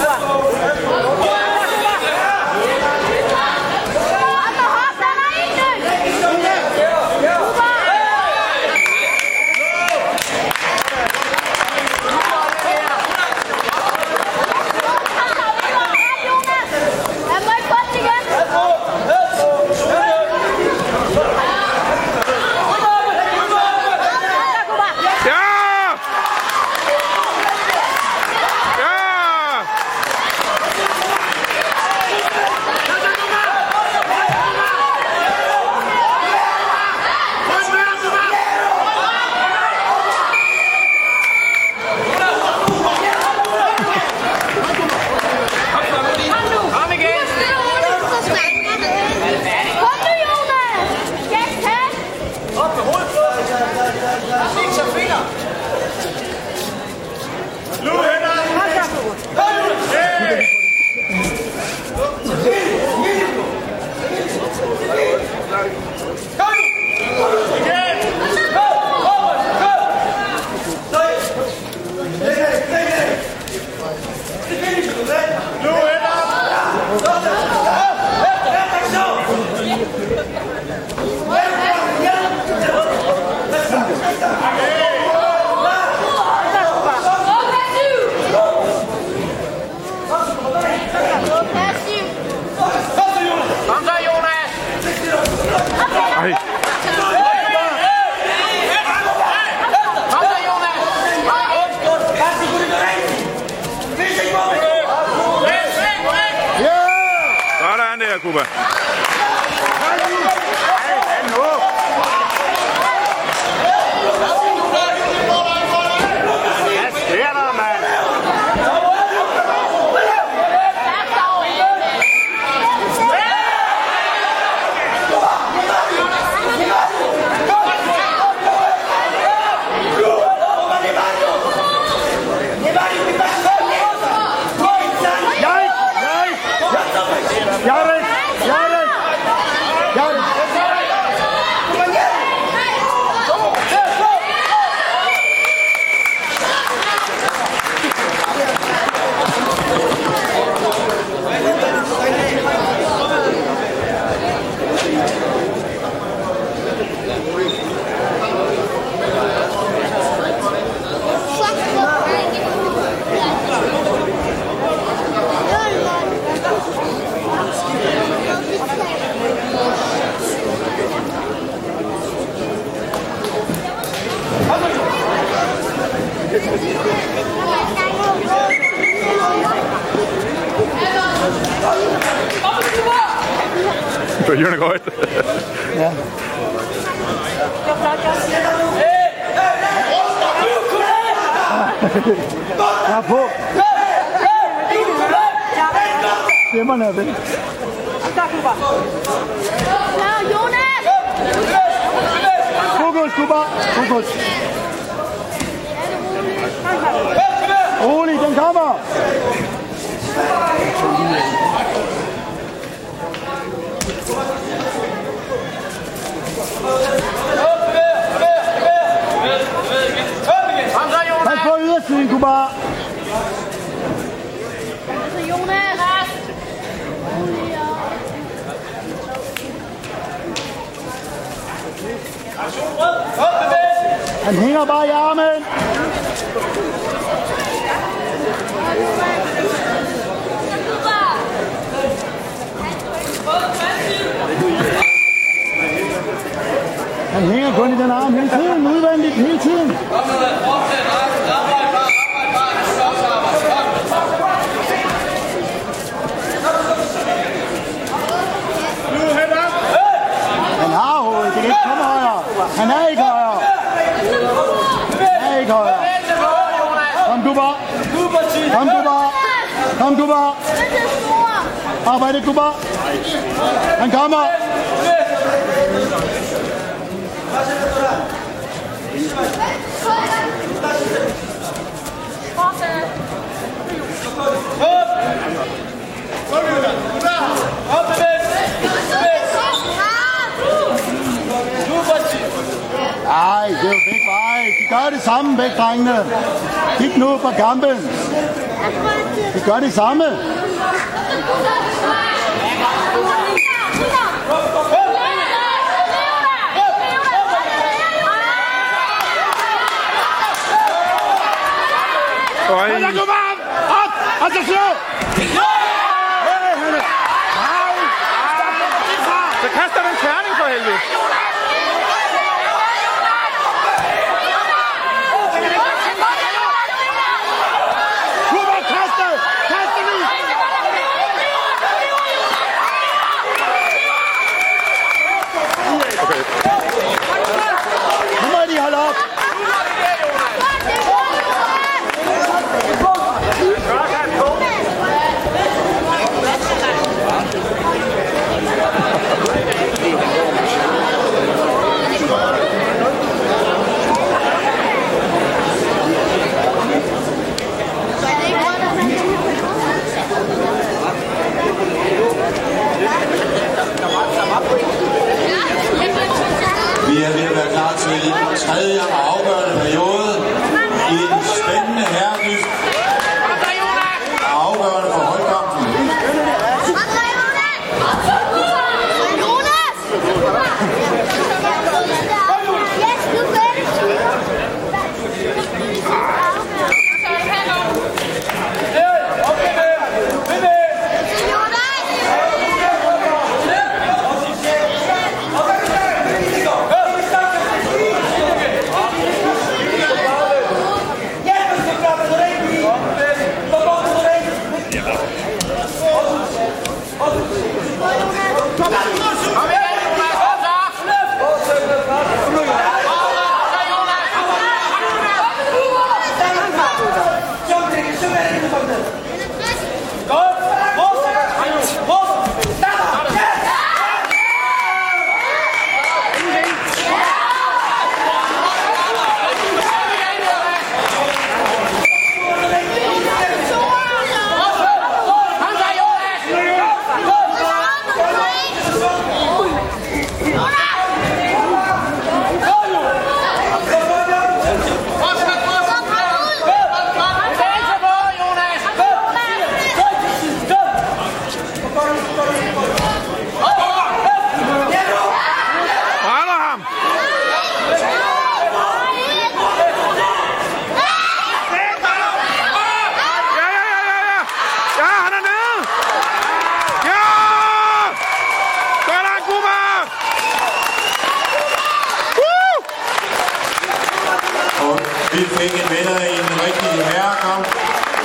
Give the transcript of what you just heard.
Sådan der, Kuba. Bølgerne går efter. Ja. Ja, på. Stemmerne er væk. Jonas! Fokus, Kuba. Fokus. Rolig, den kommer. Pas på ydersiden, Kuba. Jonas! Han hænger bare i armen. Han hænger kun i den arm hele tiden, udvendigt hele tiden. Han har hovedet, det kan ikke komme højere. Han er ikke højere. Han er ikke højere. Kom Kuba. Kom Kuba. Kom Kuba. Arbejde Kuba. Han kommer. Ej, det er jo begge veje. De gør det samme, begge drengene. Kig nu på kampen. Vi gør det samme. Kom så, op! Og så slå! Så kaster den terning for helvede. Kuba, kaste! Kaste nu! Okay. Nu må de holde op. Vi er ved at være klar til tredje og afgørende periode i en spændende herredyst og afgørende for holdkampen. Vi fik en vinder i en rigtig